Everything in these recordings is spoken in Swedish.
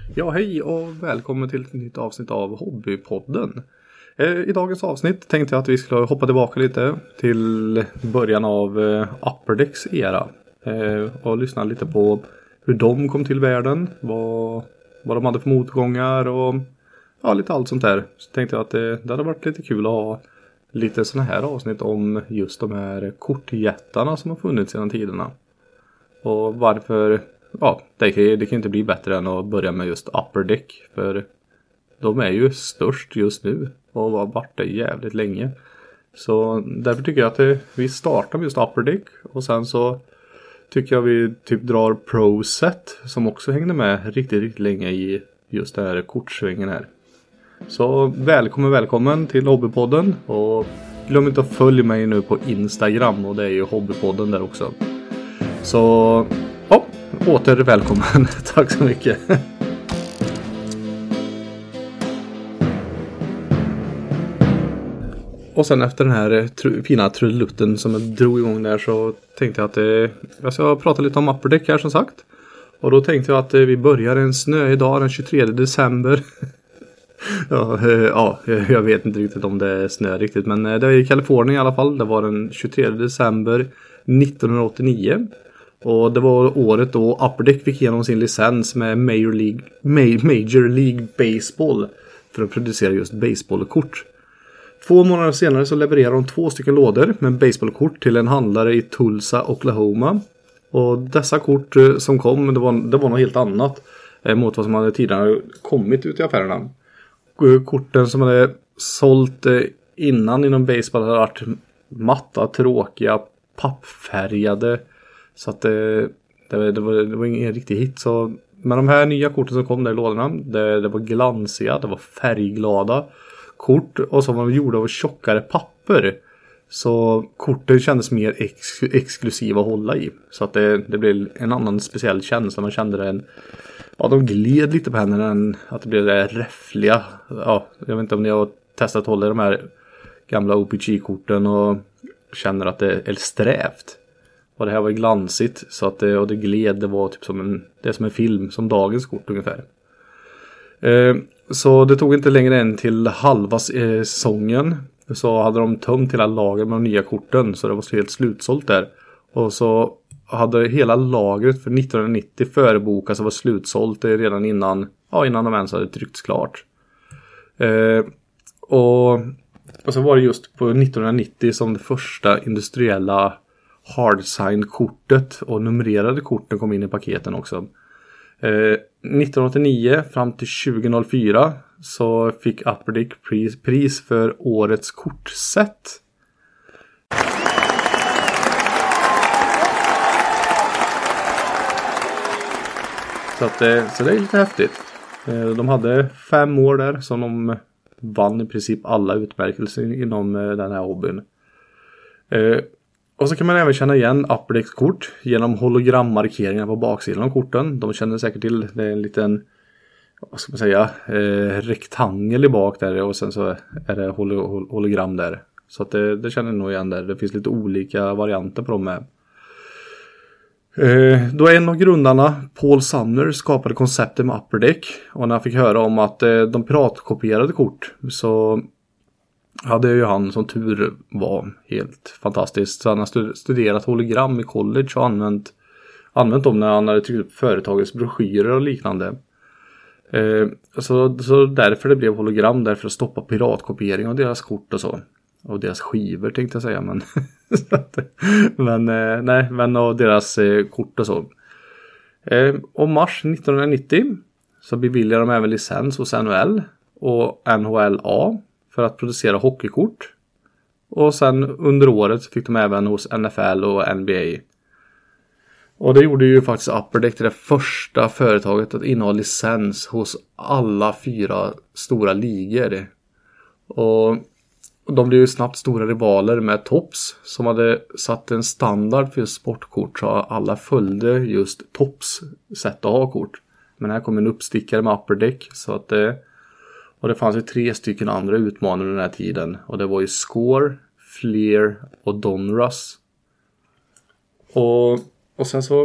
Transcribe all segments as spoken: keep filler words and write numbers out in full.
Ja, hej och välkommen till ett nytt avsnitt av Hobbypodden. Eh, I dagens avsnitt tänkte jag att vi skulle hoppa tillbaka lite till början av eh, Upper Decks era. Eh, och lyssna lite på hur de kom till världen, vad, vad de hade för motgångar och ja, lite allt sånt där. Så tänkte jag att det, det hade varit lite kul att ha lite såna här avsnitt om just de här kortjättarna som har funnits sedan tiderna. Och varför... Ja, det kan, det kan inte bli bättre än att börja med just Upper Deck. För de är ju störst just nu och har varit det jävligt länge. Så därför tycker jag att det, vi startar med just Upper Deck. Och sen så tycker jag vi typ drar Pro Set som också hängde med riktigt, riktigt länge i just den här kortsvängen här. Så välkommen, välkommen till Hobbypodden. Och glöm inte att följa mig nu på Instagram, och det är ju Hobbypodden där också. Så... ja. Åter välkommen. Tack så mycket. Och sen efter den här tr- fina trudelutten som jag drog igång där, så tänkte jag att eh, jag ska prata lite om Upper Deck här som sagt. Och då tänkte jag att eh, vi börjar en snöig dag den tjugotredje december. ja, eh, ja, jag vet inte riktigt om det är snö riktigt, men eh, det är i Kalifornien i alla fall. Det var den tjugotredje december nittonhundraåttionio. Och det var året då Upper Deck fick igenom sin licens med Major League, Major League Baseball för att producera just baseballkort. Två månader senare så levererade de två stycken lådor med baseballkort till en handlare i Tulsa, Oklahoma. Och dessa kort som kom, det var, det var något helt annat mot vad som hade tidigare kommit ut i affärerna. Korten som hade sålt innan inom baseball hade varit matta, tråkiga, pappfärgade. Så att det, det, det, var, det var ingen riktig hit. Så, men de här nya korten som kom där i lådorna, det, det var glansiga, det var färgglada kort. Och så var de gjorda av tjockare papper. Så korten kändes mer ex, exklusiva att hålla i. Så att det, det blev en annan speciell känsla. Man kände det en, ja, de gled lite på händerna än att det blev det räffliga. Ja, jag vet inte om ni har testat att hålla de här gamla O P G-korten och känner att det är strävt. Och det här var glansigt, så att det, och det gled, det var typ som en, det är som en film, som dagens kort ungefär. Eh, så det tog inte längre än till halva eh, säsongen. Så hade de tömt hela lagret med de nya korten, så det var helt slutsålt där. Och så hade hela lagret för nittonhundranittio förbokat, så var slutsålt redan innan, ja, innan de ens hade tryckts klart. Eh, och, och så var det just på nittonhundranittio som det första industriella hardsign-kortet och numrerade korten kom in i paketen också. Eh, nittonhundraåttionio fram till tjugohundrafyra så fick Upper Deck pris, pris för årets kortset. Så, att, eh, så det är lite häftigt. Eh, de hade fem år där som de vann i princip alla utmärkelser inom eh, den här hobbyn. Eh, Och så kan man även känna igen Upper Decks kort genom hologrammarkeringar på baksidan av korten. De känner säkert till, det är en liten, vad ska man säga, eh, rektangel i bak där, och sen så är det hol- hologram där. Så att det, det känner nog igen där. Det finns lite olika varianter på dem med. Eh, då en av grundarna, Paul Sumner, skapade konceptet med Upper Deck. Och när han fick höra om att eh, de piratkopierade kort, så... ja, det är ju han som tur var helt fantastiskt. Så han har studerat hologram i college och använt, använt dem när han hade tryckt upp företagets broschyrer och liknande. Eh, så, så därför det blev hologram, därför att stoppa piratkopiering av deras kort och så. Och deras skivor tänkte jag säga, men, men eh, nej, men av deras eh, kort och så. Eh, och mars nittonhundranittio så beviljade de även licens hos N H L och N H L A för att producera hockeykort. Och sen under året fick de även hos N F L och N B A. Och det gjorde ju faktiskt Upper Deck till det första företaget att inneha licens hos alla fyra stora ligor. Och de blev ju snabbt stora rivaler med Topps, som hade satt en standard för sportkort, så alla följde just Topps sätt att ha kort. Men här kom en uppstickare med Upper Deck, så att det, och det fanns ju tre stycken andra utmanare den här tiden, och det var ju Score, Fleer och Donruss. Och, och sen så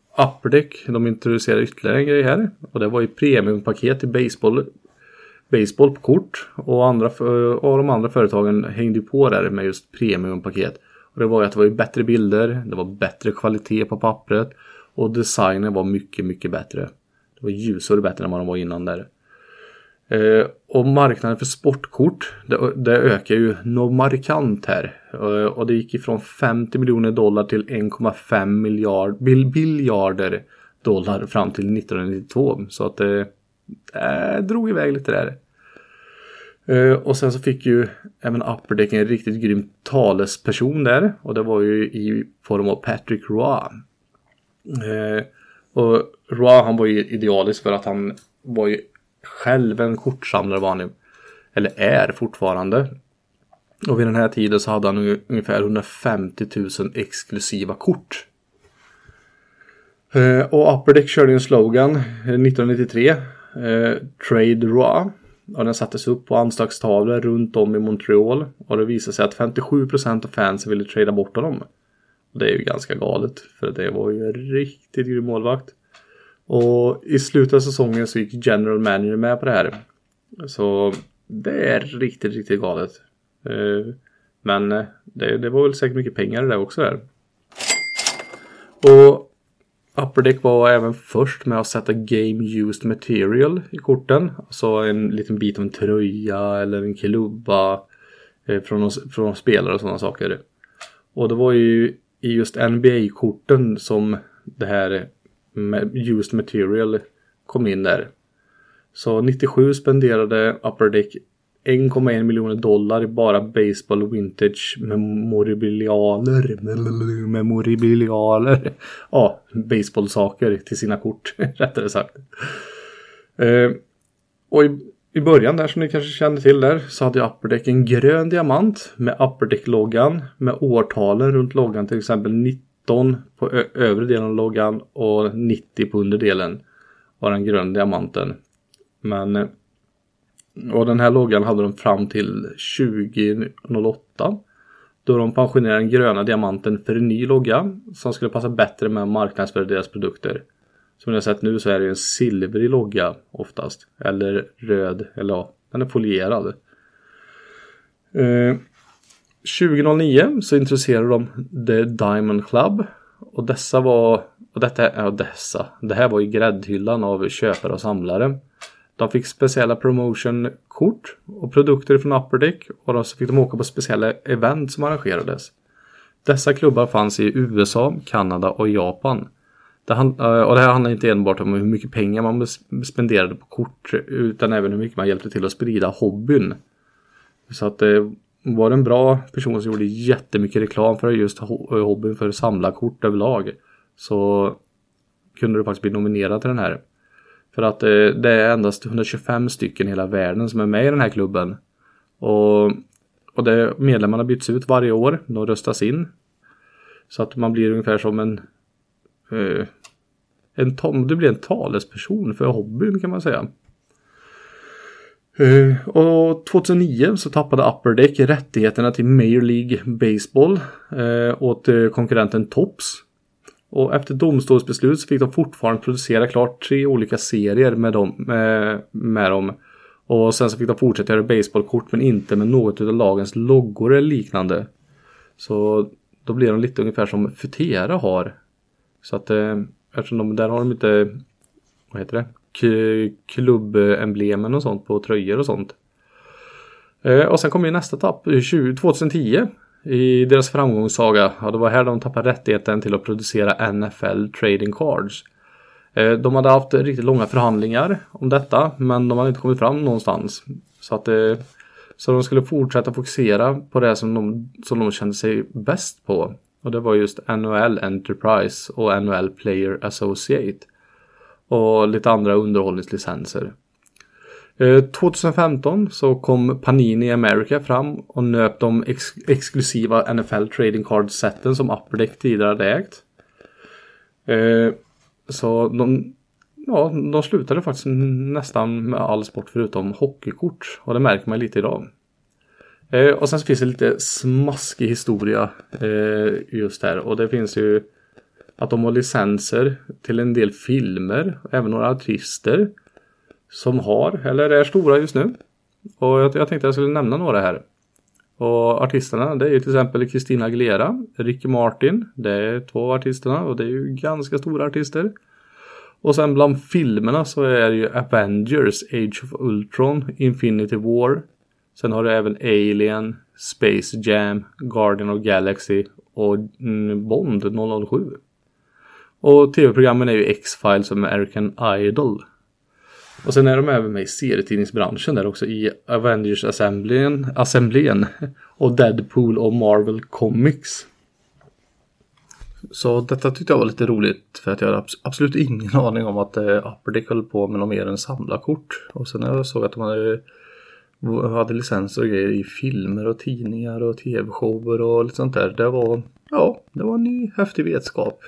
Upper Deck, de introducerade ytterligare en grej här. Och det var ju premiumpaket i baseball, baseball på kort. Och, andra, och de andra företagen hängde på där med just premiumpaket. Och det var ju att det var ju bättre bilder, det var bättre kvalitet på pappret. Och designen var mycket, mycket bättre. Det var ljusare bättre än vad de var innan där. Eh, och marknaden för sportkort, det, det ökar ju något markant här. Eh, och det gick ifrån femtio miljoner dollar till en komma fem miljard, bil, biljarder dollar fram till nittonhundranittiotvå. Så att det eh, drog iväg lite där. Eh, och sen så fick ju även Upper Deck en riktigt grym talesperson där. Och det var ju i form av Patrick Roy. Eh, och Roy, han var ju idealisk för att han var ju själv en kortsamlare var han, eller är fortfarande. Och vid den här tiden så hade han ungefär hundrafemtio tusen exklusiva kort. Eh, och Upper Deck körde en slogan nittonhundranittiotre, eh, Trade Roy. Och den sattes upp på anslagstavlor runt om i Montreal. Och det visade sig att femtiosju procent av fans ville trada bort honom. Och det är ju ganska galet, för det var ju en riktigt grym målvakt. Och i slutet av säsongen så gick general manager med på det här. Så det är riktigt, riktigt galet. Men det, det var väl säkert mycket pengar det där också där. Och Upper Deck var även först med att sätta game used material i korten. Alltså en liten bit av en tröja eller en klubba från, från spelare och sådana saker. Och det var ju i just N B A-korten som det här used material kom in där. Så nittiosju spenderade Upper Deck en komma en miljoner dollar i bara baseball vintage memorabilialer memorabilialer ja, baseballsaker till sina kort rättare sagt. Eh, och i, i början där, som ni kanske känner till där, så hade Upper Deck en grön diamant med Upper Deck-loggan med årtalen runt loggan, till exempel nitton på ö- övre delen av loggan och nittio på underdelen var den gröna diamanten. Men och den här loggan hade de fram till tjugo noll åtta, då de pensionerade den gröna diamanten för en ny logga som skulle passa bättre med marknadsföra deras produkter. Som ni har sett nu så är det en silvrig logga oftast, eller röd, eller ja, den är folierad. Eh, tjugo noll nio så introducerade de The Diamond Club, och dessa var och detta ja, dessa. Det här var ju gräddhyllan av köpare och samlare. De fick speciella promotion-kort och produkter från Upper Deck, och då så fick de åka på speciella event som arrangerades. Dessa klubbar fanns i U S A, Kanada och Japan. Det hand- och det här handlar inte enbart om hur mycket pengar man spenderade på kort, utan även hur mycket man hjälpte till att sprida hobbyn. Så att det var en bra person som gjorde jättemycket reklam för just hobbyn för att samla kort överlag. Så kunde du faktiskt bli nominerad till den här. För att eh, det är endast hundratjugofem stycken i hela världen som är med i den här klubben. Och, och det, medlemmarna byts ut varje år. De röstas in. Så att man blir ungefär som en... Eh, en tom, du blir en talesperson för hobbyn, kan man säga. Eh, och tjugohundranio så tappade Upper Deck rättigheterna till Major League Baseball eh, åt eh, konkurrenten Topps. Och efter domstolsbeslut så fick de fortfarande producera klart tre olika serier med dem, med, med dem. Och sen så fick de fortsätta göra baseballkort, men inte med något av lagens loggor eller liknande. Så då blir de lite ungefär som Futera har. Så att eh, eftersom de, där har de inte, vad heter det, K- klubbemblemen och sånt på tröjor och sånt. Eh, och sen kommer ju nästa tapp, tjugohundratio. I deras framgångssaga, ja, det var här de tappade rättigheten till att producera N F L Trading Cards. Eh, de hade haft riktigt långa förhandlingar om detta, men de hade inte kommit fram någonstans. Så, att, eh, så de skulle fortsätta fokusera på det som de, som de kände sig bäst på. Och det var just N H L Enterprise och N H L Player Associate. Och lite andra underhållningslicenser. tjugohundrafemton så kom Panini America fram och nöp de ex- exklusiva N F L Trading Card-sätten som Upper Deck tidigare hade ägt. Eh, så de, ja, de slutade faktiskt nästan med all sport förutom hockeykort. Och det märker man lite idag. Eh, och sen så finns det lite smaskig historia eh, just här. Och det finns ju att de har licenser till en del filmer, även några artister som har, eller är stora just nu. Och jag, jag tänkte jag skulle nämna några här. Och artisterna, det är ju till exempel Christina Aguilera, Ricky Martin, det är två artisterna och det är ju ganska stora artister. Och sen bland filmerna så är det ju Avengers, Age of Ultron, Infinity War. Sen har du även Alien, Space Jam, Guardian of Galaxy och mm, Bond noll noll sju. Och tv-programmen är ju X-Files och American Idol. Och sen är de även med i serietidningsbranschen där också i Avengers Assemblyn, Assemblyn och Deadpool och Marvel Comics. Så detta tyckte jag var lite roligt för att jag hade absolut ingen aning om att eh, Upper Deck höll på med något mer än samlarkort. Och sen när jag såg att de hade, hade licenser och grejer i filmer och tidningar och tv-shower och lite sånt där. Det var, ja, det var en ny häftig vetskap.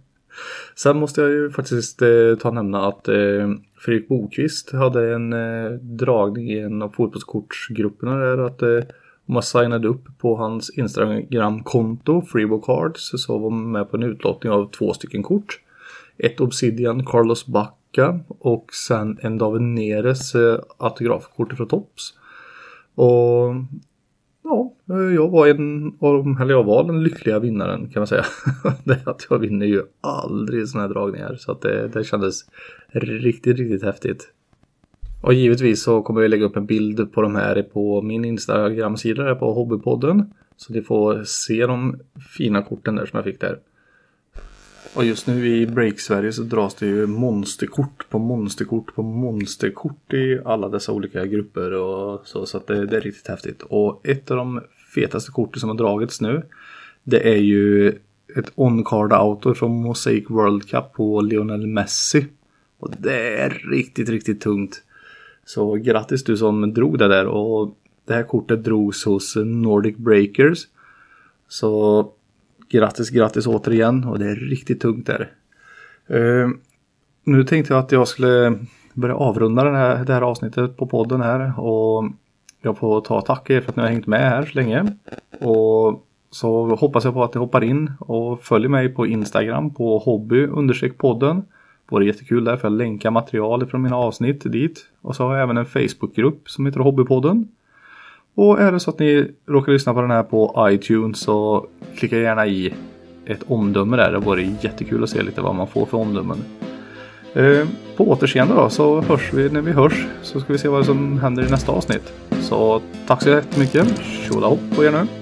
Sen måste jag ju faktiskt eh, ta och nämna att eh, Fredrik Bokvist hade en eh, dragning i en av fotbollskortsgrupperna där att eh, om man signade upp på hans Instagram-konto Freebo Cards så var man med på en utlottning av två stycken kort. Ett Obsidian Carlos Bacca och sen en David Neres eh, autografkort från Tops. Och ja, jag var en eller jag var den lyckliga vinnaren kan man säga. Det att jag vinner ju aldrig såna här dragningar så att det, det kändes riktigt, riktigt häftigt. Och givetvis så kommer jag lägga upp en bild på de här på min Instagram-sida där på Hobbypodden. Så ni får se de fina korten där som jag fick där. Och just nu i Break-Sverige så dras det ju monsterkort på monsterkort på monsterkort i alla dessa olika grupper och så, så att det, det är riktigt häftigt. Och ett av de fetaste korten som har dragits nu, det är ju ett on-card auto från Mosaic World Cup på Lionel Messi. Och det är riktigt, riktigt tungt. Så grattis du som drog det där och det här kortet drogs hos Nordic Breakers. Så grattis, grattis återigen och det är riktigt tungt där. Uh, nu tänkte jag att jag skulle börja avrunda den här, det här avsnittet på podden här och jag får ta tack er för att ni har hängt med här så länge. Och så hoppas jag på att ni hoppar in och följer mig på Instagram på hobby-podden. Det vore jättekul där för jag länkar material från mina avsnitt dit. Och så har jag även en Facebookgrupp som heter Hobbypodden. Och är det så att ni råkar lyssna på den här på iTunes så klicka gärna i ett omdöme där. Det vore jättekul att se lite vad man får för omdömen. Eh, på återseende då så hörs vi när vi hörs. Så ska vi se vad som händer i nästa avsnitt. Så tack så jättemycket. Tjola hopp på er nu.